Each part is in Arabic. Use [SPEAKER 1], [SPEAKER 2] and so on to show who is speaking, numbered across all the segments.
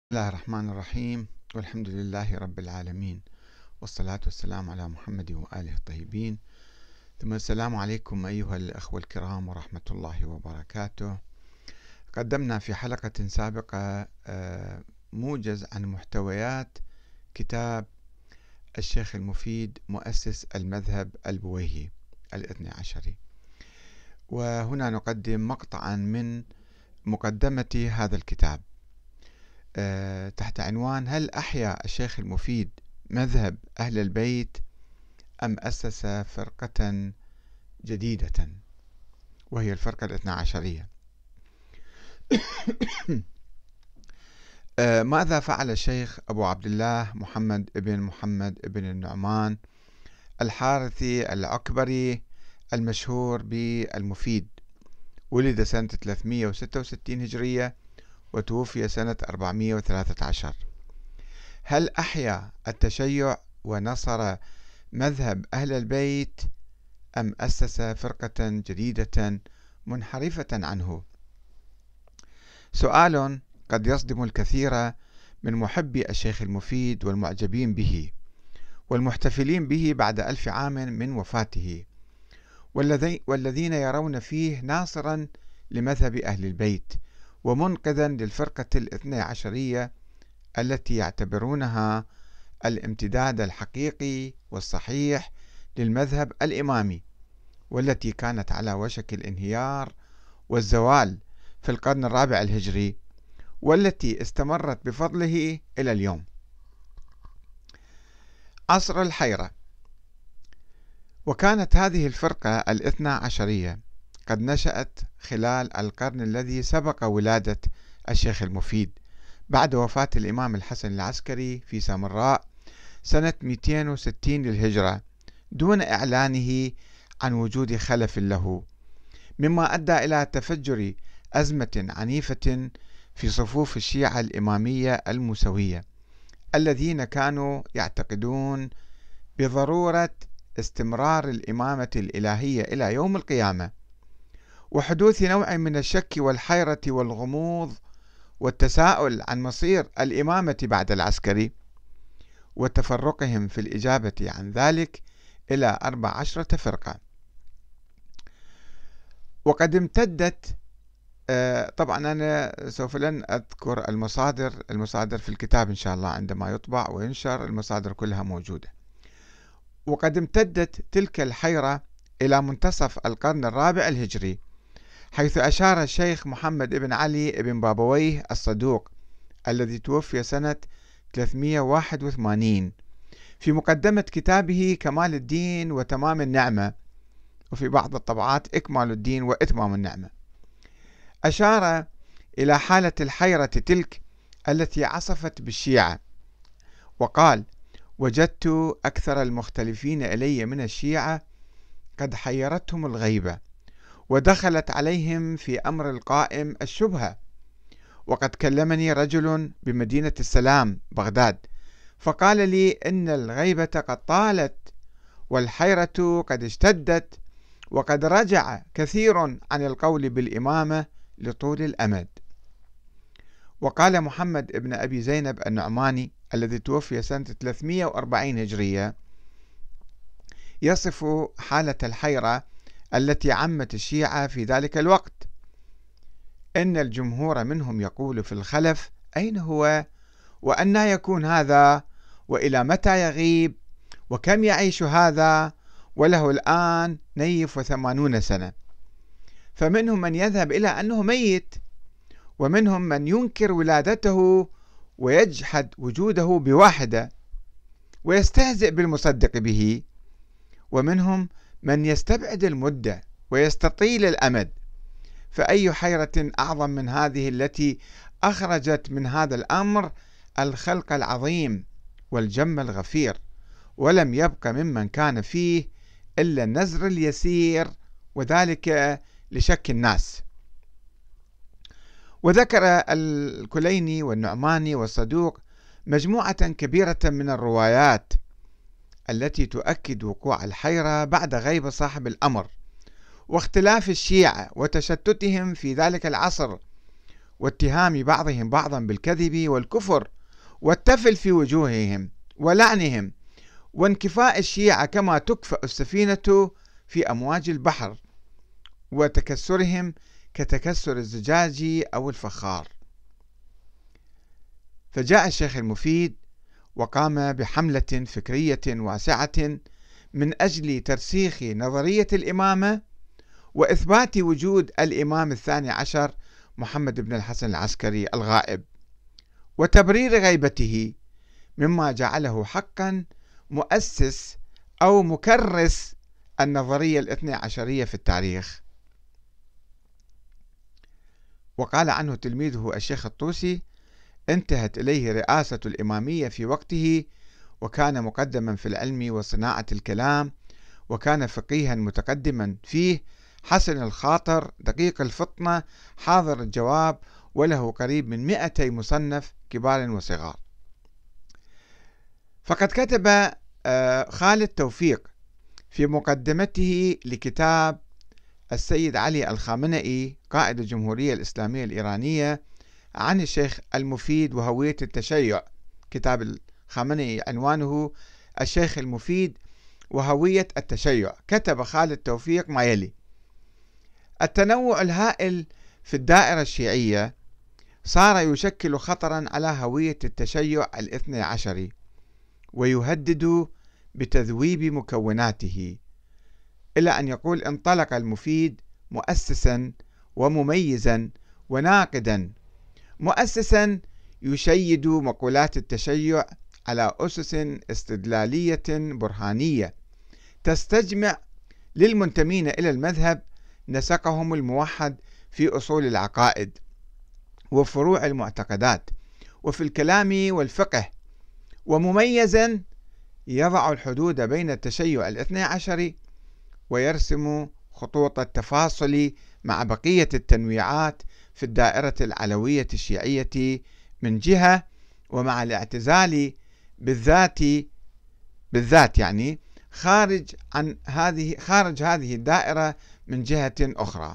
[SPEAKER 1] الله الرحمن الرحيم، والحمد لله رب العالمين، والصلاة والسلام على محمد وآله الطيبين، ثم السلام عليكم أيها الأخوة الكرام ورحمة الله وبركاته. قدمنا في حلقة سابقة موجز عن محتويات كتاب الشيخ المفيد مؤسس المذهب البويهي الاثني عشري، وهنا نقدم مقطعا من مقدمة هذا الكتاب تحت عنوان: هل أحيا الشيخ المفيد مذهب أهل البيت أم أسس فرقة جديدة وهي الفرقة الاثنى عشرية؟ ماذا فعل الشيخ أبو عبد الله محمد ابن النعمان الحارثي العكبري المشهور بالمفيد؟ ولد سنة 366 هجرية وتوفي سنة 413. هل أحيا التشيع ونصر مذهب أهل البيت أم أسس فرقة جديدة منحرفة عنه؟ سؤال قد يصدم الكثير من محبي الشيخ المفيد والمعجبين به والمحتفلين به بعد 1000 عام من وفاته، والذين يرون فيه ناصرا لمذهب أهل البيت ومنقذا للفرقة الاثنى عشرية التي يعتبرونها الامتداد الحقيقي والصحيح للمذهب الإمامي، والتي كانت على وشك الانهيار والزوال في القرن الرابع الهجري، والتي استمرت بفضله إلى اليوم. عصر الحيرة. وكانت هذه الفرقة الاثنى عشرية قد نشأت خلال القرن الذي سبق ولادة الشيخ المفيد بعد وفاة الإمام الحسن العسكري في سامراء سنة 260 للهجرة دون إعلانه عن وجود خلف له، مما أدى إلى تفجر أزمة عنيفة في صفوف الشيعة الإمامية الموسوية الذين كانوا يعتقدون بضرورة استمرار الإمامة الإلهية إلى يوم القيامة، وحدوث نوع من الشك والحيرة والغموض والتساؤل عن مصير الإمامة بعد العسكري، وتفرقهم في الإجابة عن ذلك إلى 14 فرقة. وقد امتدت طبعا أنا سوف لن أذكر المصادر في الكتاب إن شاء الله عندما يطبع وينشر، المصادر كلها موجودة. وقد امتدت تلك الحيرة إلى منتصف القرن الرابع الهجري، حيث أشار الشيخ محمد بن علي بن بابويه الصدوق الذي توفي سنة 381 في مقدمة كتابه كمال الدين وتمام النعمة، وفي بعض الطبعات إكمال الدين وإتمام النعمة، أشار إلى حالة الحيرة تلك التي عصفت بالشيعة، وقال: وجدت أكثر المختلفين إلي من الشيعة قد حيرتهم الغيبة، ودخلت عليهم في أمر القائم الشبهة. وقد كلمني رجل بمدينة السلام بغداد فقال لي إن الغيبة قد طالت والحيرة قد اشتدت، وقد رجع كثير عن القول بالإمامة لطول الأمد. وقال محمد بن أبي زينب النعماني الذي توفي سنة 340 هجرية يصف حالة الحيرة التي عمت الشيعة في ذلك الوقت: إن الجمهور منهم يقول في الخلف أين هو، وأنى يكون هذا، وإلى متى يغيب، وكم يعيش هذا، وله الآن 80 سنة. فمنهم من يذهب إلى أنه ميت، ومنهم من ينكر ولادته ويجحد وجوده بواحدة ويستهزئ بالمصدق به، ومنهم من يستبعد المدة ويستطيل الأمد. فأي حيرة أعظم من هذه التي أخرجت من هذا الأمر الخلق العظيم والجم الغفير، ولم يبق ممن كان فيه إلا النزر اليسير، وذلك لشك الناس. وذكر الكليني والنعماني والصدوق مجموعة كبيرة من الروايات التي تؤكد وقوع الحيرة بعد غيب صاحب الأمر، واختلاف الشيعة وتشتتهم في ذلك العصر، واتهام بعضهم بعضا بالكذب والكفر والتفل في وجوههم ولعنهم وانكفاء الشيعة كما تكفأ السفينة في أمواج البحر وتكسرهم كتكسر الزجاج أو الفخار. فجاء الشيخ المفيد وقام بحملة فكرية واسعة من أجل ترسيخ نظرية الإمامة وإثبات وجود الإمام الثاني عشر محمد بن الحسن العسكري الغائب وتبرير غيبته، مما جعله حقا مؤسس أو مكرس النظرية الاثنى عشرية في التاريخ. وقال عنه تلميذه الشيخ الطوسي: انتهت إليه رئاسة الإمامية في وقته، وكان مقدما في العلم وصناعة الكلام، وكان فقيها متقدما فيه، حسن الخاطر، دقيق الفطنة، حاضر الجواب، وله قريب من 200 مصنف كبار وصغار. فقد كتب خالد توفيق في مقدمته لكتاب السيد علي الخامنئي قائد الجمهورية الإسلامية الإيرانية عن الشيخ المفيد وهوية التشيع. كتاب الخامنئي عنوانه الشيخ المفيد وهوية التشيع. كتب خالد توفيق ما يلي: التنوع الهائل في الدائرة الشيعية صار يشكل خطرا على هوية التشيع الاثني عشري، ويهدد بتذويب مكوناته، إلى أن يقول: انطلق المفيد مؤسسا ومميزا وناقدا، مؤسسا يشيد مقولات التشيع على أسس استدلالية برهانية تستجمع للمنتمين إلى المذهب نسقهم الموحد في أصول العقائد وفروع المعتقدات وفي الكلام والفقه، ومميزا يضع الحدود بين التشيع الاثني عشري ويرسم خطوط التفاصل مع بقية التنويعات في الدائرة العلوية الشيعية من جهة، ومع الاعتزال بالذات يعني خارج هذه الدائرة من جهة أخرى.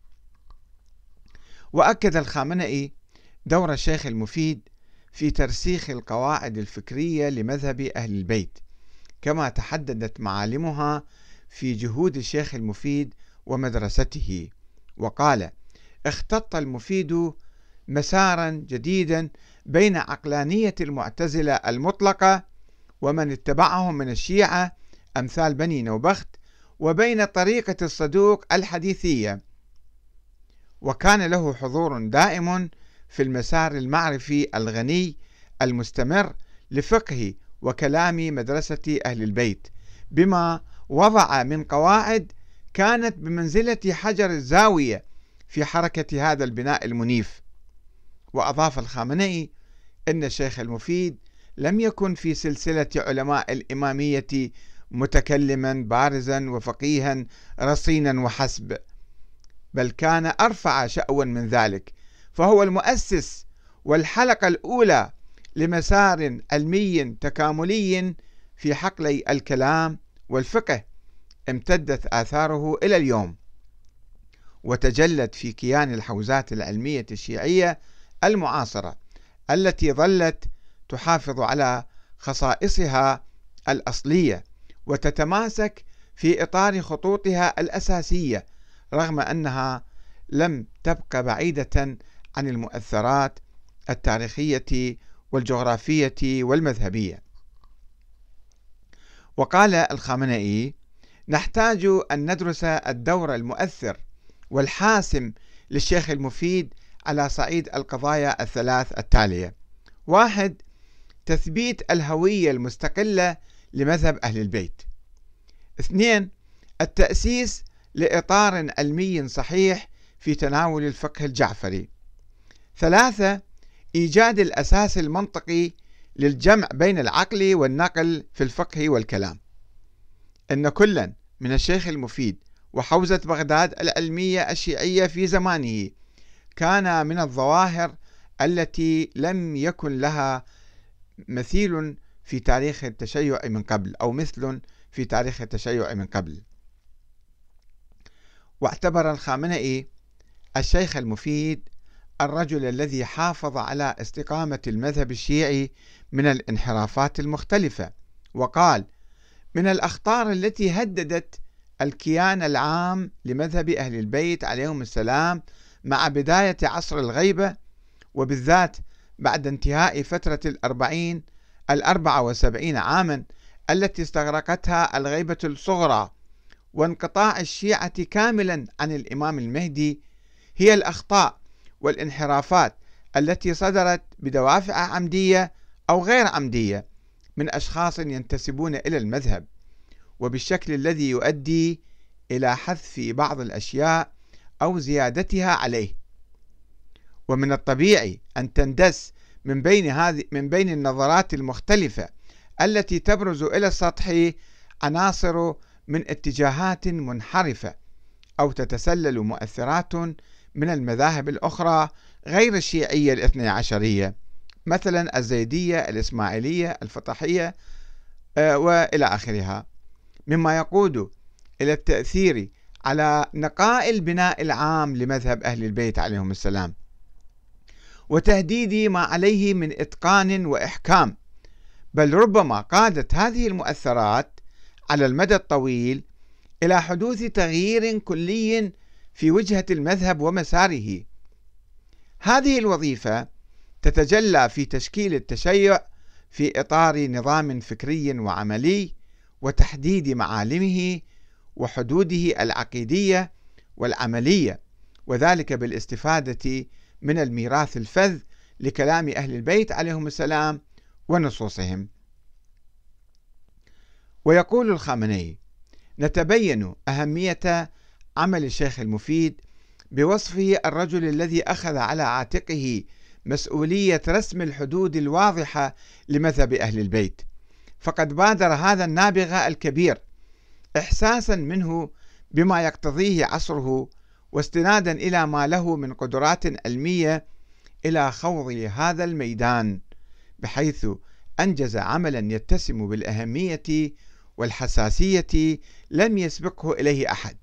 [SPEAKER 1] وأكد الخامنئي دور الشيخ المفيد في ترسيخ القواعد الفكرية لمذهب أهل البيت، كما تحددت معالمها في جهود الشيخ المفيد ومدرسته. وقال: اختط المفيد مسارا جديدا بين عقلانية المعتزلة المطلقة ومن اتبعهم من الشيعة أمثال بني نوبخت، وبين طريقة الصدوق الحديثية، وكان له حضور دائم في المسار المعرفي الغني المستمر لفقه وكلام مدرسة أهل البيت، بما وضع من قواعد كانت بمنزلة حجر الزاوية في حركة هذا البناء المنيف. وأضاف الخامنئي أن الشيخ المفيد لم يكن في سلسلة علماء الإمامية متكلما بارزا وفقيها رصينا وحسب، بل كان أرفع شأوا من ذلك، فهو المؤسس والحلقة الأولى لمسار علمي تكاملي في حقلي الكلام والفقه امتدت آثاره إلى اليوم، وتجلت في كيان الحوزات العلمية الشيعية المعاصرة التي ظلت تحافظ على خصائصها الأصلية وتتماسك في إطار خطوطها الأساسية، رغم أنها لم تبق بعيدة عن المؤثرات التاريخية والجغرافية والمذهبية. وقال الخامنئي: نحتاج أن ندرس الدور المؤثر والحاسم للشيخ المفيد على صعيد القضايا الثلاث التالية: 1. تثبيت الهوية المستقلة لمذهب أهل البيت. 2. التأسيس لإطار علمي صحيح في تناول الفقه الجعفري. 3. إيجاد الأساس المنطقي للجمع بين العقل والنقل في الفقه والكلام. إن كلا من الشيخ المفيد وحوزة بغداد العلمية الشيعية في زمانه كان من الظواهر التي لم يكن لها مثيل في تاريخ التشيع من قبل، أو مثل في تاريخ التشيع من قبل. واعتبر الخامنئي الشيخ المفيد الرجل الذي حافظ على استقامة المذهب الشيعي من الانحرافات المختلفة، وقال: من الأخطار التي هددت الكيان العام لمذهب أهل البيت عليهم السلام مع بداية عصر الغيبة، وبالذات بعد انتهاء فترة 74 عاما التي استغرقتها الغيبة الصغرى وانقطاع الشيعة كاملا عن الإمام المهدي، هي الأخطاء والانحرافات التي صدرت بدوافع عمدية أو غير عمدية من أشخاص ينتسبون إلى المذهب، وبالشكل الذي يؤدي إلى حذف بعض الأشياء أو زيادتها عليه. ومن الطبيعي أن تندس من بين النظرات المختلفة التي تبرز إلى السطح عناصر من اتجاهات منحرفة، أو تتسلل مؤثرات من المذاهب الأخرى غير الشيعية الاثني عشرية، مثلا الزيدية، الإسماعيلية، الفطحية وإلى آخرها، مما يقود إلى التأثير على نقاء البناء العام لمذهب أهل البيت عليهم السلام، وتهديد ما عليه من إتقان وإحكام، بل ربما قادت هذه المؤثرات على المدى الطويل إلى حدوث تغيير كلي في وجهة المذهب ومساره. هذه الوظيفة تتجلى في تشكيل التشيع في إطار نظام فكري وعملي، وتحديد معالمه وحدوده العقيدية والعملية، وذلك بالاستفادة من الميراث الفذ لكلام أهل البيت عليهم السلام ونصوصهم. ويقول الخامنئي: نتبين أهمية عمل الشيخ المفيد بوصفه الرجل الذي أخذ على عاتقه مسؤولية رسم الحدود الواضحة لمذهب أهل البيت، فقد بادر هذا النابغة الكبير إحساسا منه بما يقتضيه عصره، واستنادا إلى ما له من قدرات علمية، إلى خوض هذا الميدان، بحيث أنجز عملا يتسم بالأهمية والحساسية لم يسبقه إليه أحد.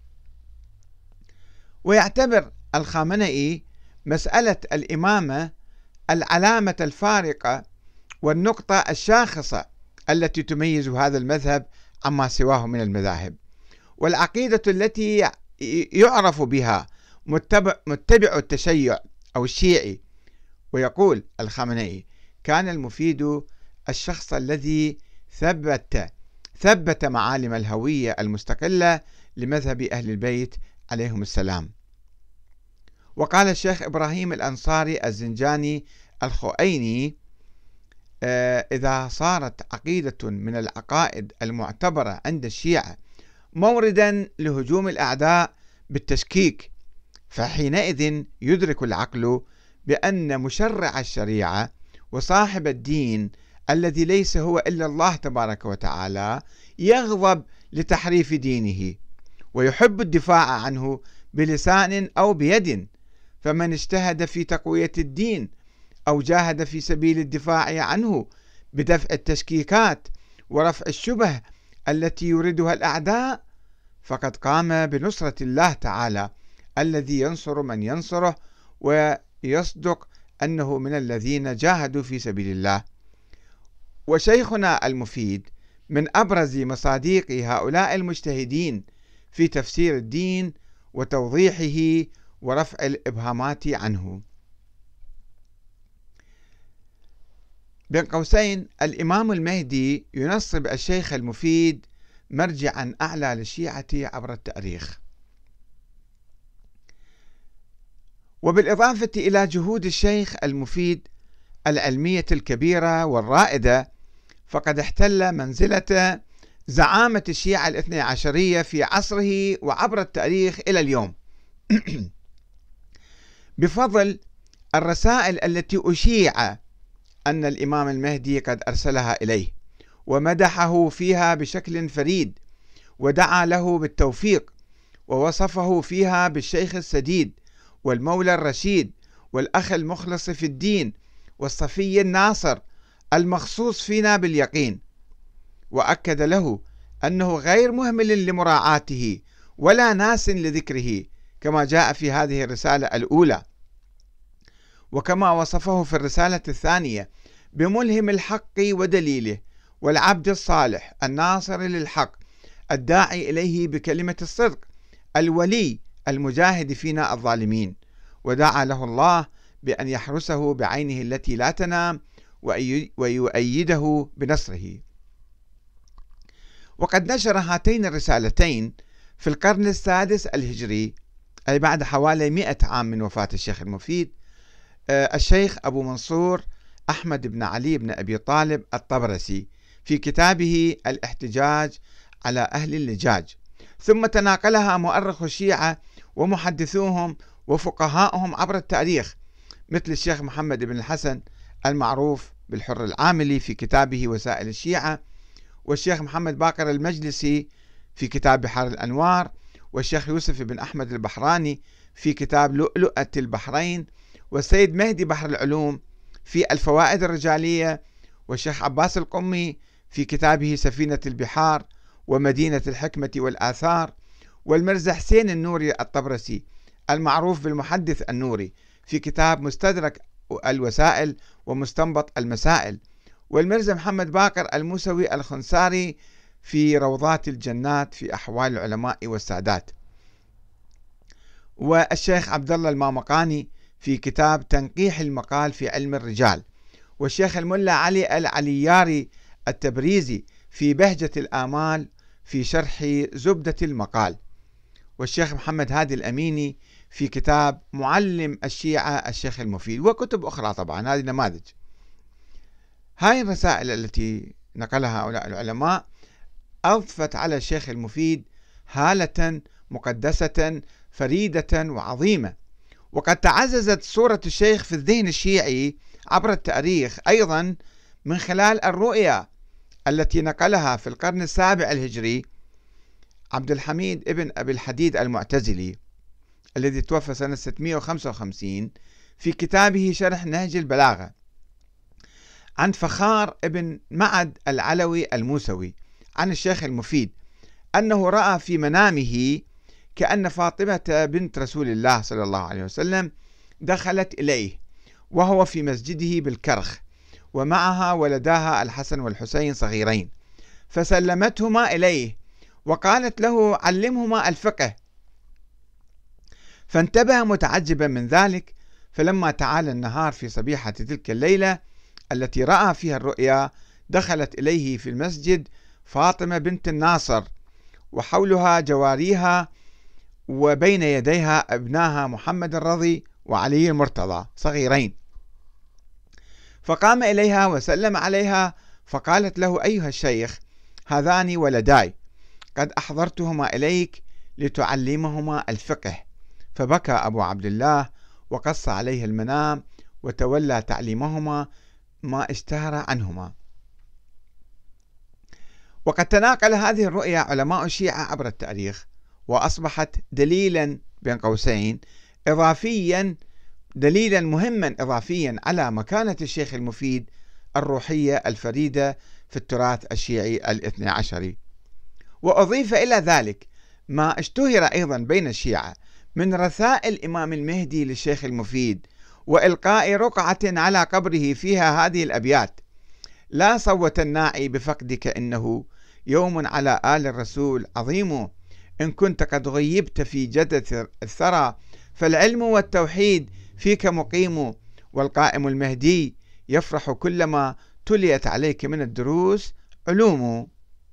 [SPEAKER 1] ويعتبر الخامنئي مسألة الإمامة العلامة الفارقة والنقطة الشاخصة التي تميز هذا المذهب عما سواه من المذاهب، والعقيدة التي يعرف بها متبع التشيع أو الشيعي. ويقول الخامنئي: كان المفيد الشخص الذي ثبت معالم الهوية المستقلة لمذهب أهل البيت عليهم السلام. وقال الشيخ إبراهيم الأنصاري الزنجاني الخؤيني: إذا صارت عقيدة من العقائد المعتبرة عند الشيعة موردا لهجوم الأعداء بالتشكيك، فحينئذ يدرك العقل بأن مشرع الشريعة وصاحب الدين الذي ليس هو إلا الله تبارك وتعالى يغضب لتحريف دينه، ويحب الدفاع عنه بلسان أو بيد، فمن اجتهد في تقوية الدين أو جاهد في سبيل الدفاع عنه بدفع التشكيكات ورفع الشبه التي يريدها الأعداء، فقد قام بنصرة الله تعالى الذي ينصر من ينصره، ويصدق أنه من الذين جاهدوا في سبيل الله. وشيخنا المفيد من أبرز مصاديق هؤلاء المجتهدين في تفسير الدين وتوضيحه ورفع الإبهامات عنه. بين قوسين، الإمام المهدي ينصب الشيخ المفيد مرجعا أعلى للشيعة عبر التاريخ. وبالإضافة إلى جهود الشيخ المفيد العلمية الكبيرة والرائدة، فقد احتل منزلة زعامة الشيعة الاثني عشرية في عصره وعبر التاريخ إلى اليوم بفضل الرسائل التي أشيع أن الإمام المهدي قد أرسلها إليه، ومدحه فيها بشكل فريد، ودعا له بالتوفيق، ووصفه فيها بالشيخ السديد والمولى الرشيد والأخ المخلص في الدين والصفي الناصر المخصوص فينا باليقين، وأكد له أنه غير مهمل لمراعاته ولا ناس لذكره، كما جاء في هذه الرسالة الأولى. وكما وصفه في الرسالة الثانية بملهم الحق ودليله، والعبد الصالح الناصر للحق الداعي إليه بكلمة الصدق، الولي المجاهد فينا الظالمين. ودعا له الله بأن يحرسه بعينه التي لا تنام ويؤيده بنصره. وقد نشر هاتين الرسالتين في القرن السادس الهجري، أي بعد حوالي 100 عام من وفاة الشيخ المفيد، الشيخ أبو منصور أحمد بن علي بن أبي طالب الطبرسي في كتابه الاحتجاج على أهل اللجاج، ثم تناقلها مؤرخ الشيعة ومحدثوهم وفقهاؤهم عبر التاريخ، مثل الشيخ محمد بن الحسن المعروف بالحر العاملي في كتابه وسائل الشيعة، والشيخ محمد باقر المجلسي في كتاب بحار الأنوار، والشيخ يوسف بن أحمد البحراني في كتاب لؤلؤة البحرين، والسيد مهدي بحر العلوم في الفوائد الرجالية، والشيخ عباس القمي في كتابه سفينة البحار ومدينة الحكمة والآثار، والمرزا حسين النوري الطبرسي المعروف بالمحدث النوري في كتاب مستدرك الوسائل ومستنبط المسائل، والمرزا محمد باقر الموسوي الخنساري في روضات الجنات في أحوال العلماء والسادات، والشيخ عبد الله المامقاني في كتاب تنقيح المقال في علم الرجال، والشيخ الملا علي العلياري التبريزي في بهجة الآمال في شرح زبدة المقال، والشيخ محمد هادي الأميني في كتاب معلم الشيعة الشيخ المفيد، وكتب أخرى. طبعا هذه نماذج. هاي الرسائل التي نقلها هؤلاء العلماء أضفت على الشيخ المفيد هالة مقدسة فريدة وعظيمة، وقد تعززت صورة الشيخ في الذهن الشيعي عبر التاريخ أيضا من خلال الرؤيا التي نقلها في القرن السابع الهجري عبد الحميد ابن أبي الحديد المعتزلي الذي توفى سنة 655 في كتابه شرح نهج البلاغة، عن فخار ابن معد العلوي الموسوي عن الشيخ المفيد أنه رأى في منامه كأن فاطمة بنت رسول الله صلى الله عليه وسلم دخلت إليه وهو في مسجده بالكرخ، ومعها ولداها الحسن والحسين صغيرين، فسلمتهما إليه وقالت له علمهما الفقه، فانتبه متعجبا من ذلك. فلما تعالى النهار في صبيحة تلك الليلة التي رأى فيها الرؤيا، دخلت إليه في المسجد فاطمة بنت الناصر وحولها جواريها، وبين يديها ابناها محمد الرضي وعلي المرتضى صغيرين، فقام إليها وسلم عليها، فقالت له: أيها الشيخ، هذان ولداي قد أحضرتهما إليك لتعلمهما الفقه. فبكى أبو عبد الله وقص عليه المنام وتولى تعليمهما ما اشتهر عنهما. وقد تناقل هذه الرؤيا علماء الشيعة عبر التاريخ، وأصبحت دليلا بين قوسين إضافيا، دليلا مهما إضافيا على مكانة الشيخ المفيد الروحية الفريدة في التراث الشيعي الاثني عشري. وأضيف إلى ذلك ما اشتهر أيضا بين الشيعة من رثاء الإمام المهدي للشيخ المفيد، وإلقاء رقعة على قبره فيها هذه الأبيات: لا صوت الناعي بفقدك إنه يوم على آل الرسول عظيم، إن كنت قد غيبت في جدة الثرى فالعلم والتوحيد فيك مقيم، والقائم المهدي يفرح كلما تليت عليك من الدروس علوم.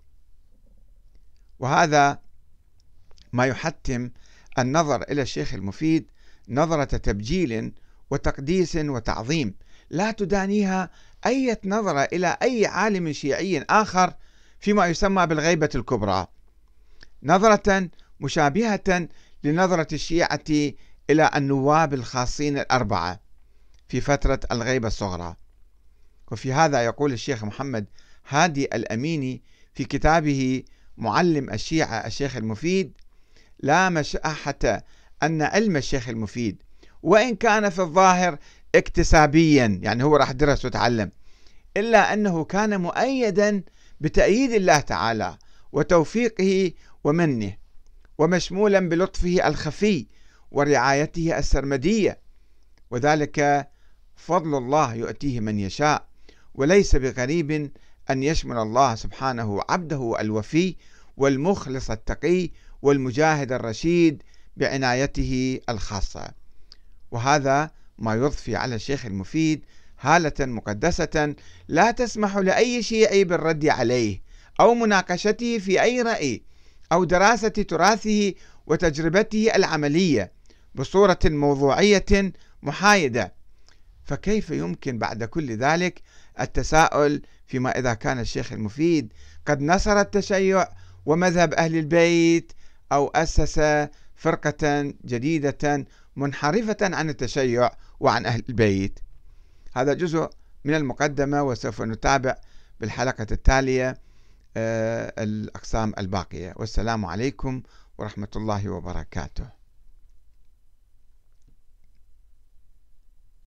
[SPEAKER 1] وهذا ما يحتم النظر إلى الشيخ المفيد نظرة تبجيل وتقديس وتعظيم، لا تدانيها أي نظرة إلى أي عالم شيعي آخر فيما يسمى بالغيبة الكبرى، نظرة مشابهة لنظرة الشيعة إلى النواب الخاصين الأربعة في فترة الغيبة الصغرى. وفي هذا يقول الشيخ محمد هادي الأميني في كتابه معلم الشيعة الشيخ المفيد: لا مشاحة أن علم الشيخ المفيد وإن كان في الظاهر اكتسابيا، يعني هو راح درس وتعلم، إلا أنه كان مؤيدا بتأييد الله تعالى وتوفيقه ومنه، ومشمولا بلطفه الخفي ورعايته السرمدية، وذلك فضل الله يؤتيه من يشاء، وليس بغريب أن يشمل الله سبحانه عبده الوفي والمخلص التقي والمجاهد الرشيد بعنايته الخاصة. وهذا ما يضفي على الشيخ المفيد هالة مقدسة لا تسمح لأي شيعي بالرد عليه أو مناقشته في أي رأي أو دراسة تراثه وتجربته العملية بصورة موضوعية محايدة. فكيف يمكن بعد كل ذلك التساؤل فيما إذا كان الشيخ المفيد قد نصر التشيع ومذهب أهل البيت أو أسس فرقة جديدة منحرفة عن التشيع وعن أهل البيت؟ هذا جزء من المقدمة، وسوف نتابع بالحلقة التالية الأقسام الباقية. والسلام عليكم ورحمة الله وبركاته.